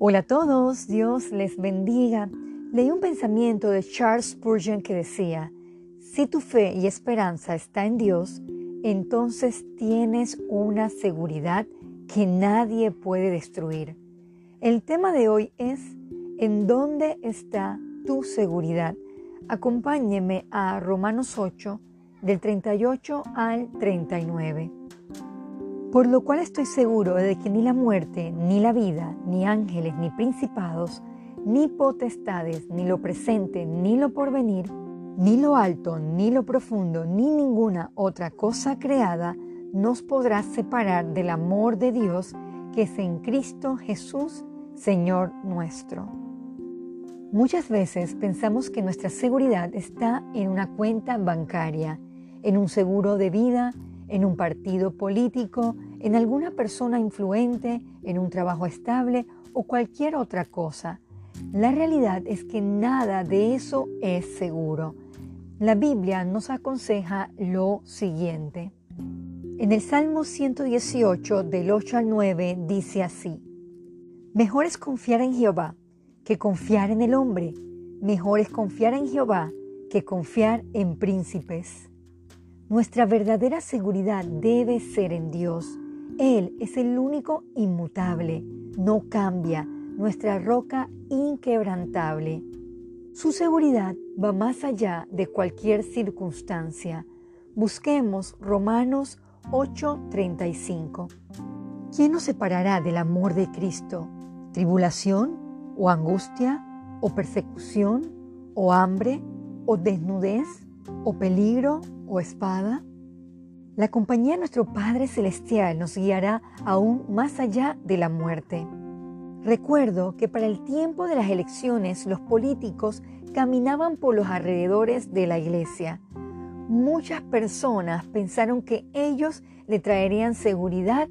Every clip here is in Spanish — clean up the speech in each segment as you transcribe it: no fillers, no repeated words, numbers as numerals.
Hola a todos, Dios les bendiga. Leí un pensamiento de Charles Spurgeon que decía: si tu fe y esperanza está en Dios, entonces tienes una seguridad que nadie puede destruir. El tema de hoy es: ¿en dónde está tu seguridad? Acompáñeme a Romanos 8, del 38 al 39. Por lo cual estoy seguro de que ni la muerte, ni la vida, ni ángeles, ni principados, ni potestades, ni lo presente, ni lo porvenir, ni lo alto, ni lo profundo, ni ninguna otra cosa creada nos podrá separar del amor de Dios que es en Cristo Jesús, Señor nuestro. Muchas veces pensamos que nuestra seguridad está en una cuenta bancaria, en un seguro de vida, en un partido político, en alguna persona influente, en un trabajo estable o cualquier otra cosa. La realidad es que nada de eso es seguro. La Biblia nos aconseja lo siguiente. En el Salmo 118, del 8 al 9, dice así: mejor es confiar en Jehová que confiar en el hombre. Mejor es confiar en Jehová que confiar en príncipes. Nuestra verdadera seguridad debe ser en Dios. Él es el único inmutable, no cambia, nuestra roca inquebrantable. Su seguridad va más allá de cualquier circunstancia. Busquemos Romanos 8:35. ¿Quién nos separará del amor de Cristo? ¿Tribulación, o angustia, o persecución, o hambre, o desnudez, o peligro, o espada? La compañía de nuestro Padre Celestial nos guiará aún más allá de la muerte. Recuerdo que para el tiempo de las elecciones los políticos caminaban por los alrededores de la iglesia. Muchas personas pensaron que ellos le traerían seguridad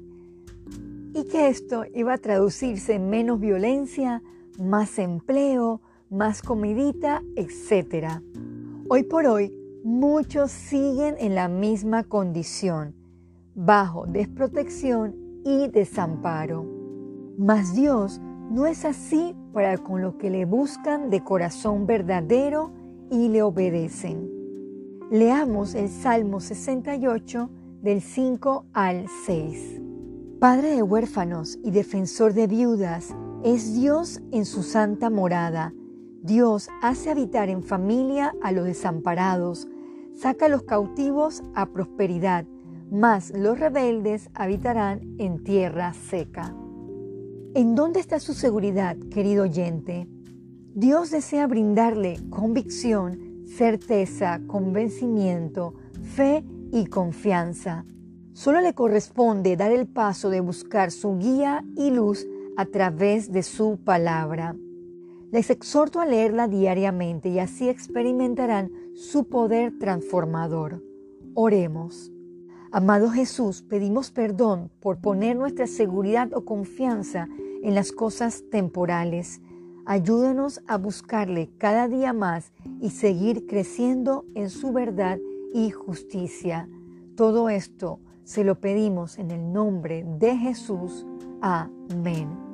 y que esto iba a traducirse en menos violencia, más empleo, más comidita, etc. Hoy por hoy, muchos siguen en la misma condición, bajo desprotección y desamparo. Mas Dios no es así para con los que le buscan de corazón verdadero y le obedecen. Leamos el Salmo 68, del 5 al 6. Padre de huérfanos y defensor de viudas, es Dios en su santa morada. Dios hace habitar en familia a los desamparados, saca a los cautivos a prosperidad, mas los rebeldes habitarán en tierra seca. ¿En dónde está su seguridad, querido oyente? Dios desea brindarle convicción, certeza, convencimiento, fe y confianza. Solo le corresponde dar el paso de buscar su guía y luz a través de su palabra. Les exhorto a leerla diariamente y así experimentarán su poder transformador. Oremos. Amado Jesús, pedimos perdón por poner nuestra seguridad o confianza en las cosas temporales. Ayúdanos a buscarle cada día más y seguir creciendo en su verdad y justicia. Todo esto se lo pedimos en el nombre de Jesús. Amén.